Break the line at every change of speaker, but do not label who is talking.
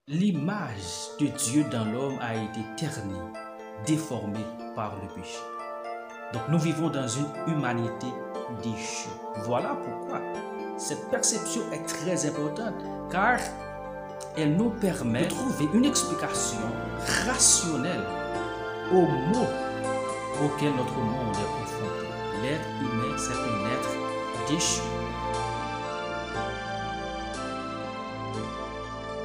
L'image de Dieu dans l'homme a été ternie, déformée par le péché. Donc nous vivons dans une humanité déchue. Voilà pourquoi cette perception est très importante, car elle nous permet de trouver une explication rationnelle aux maux auxquels notre monde est confronté. L'être humain, c'est un être déchu.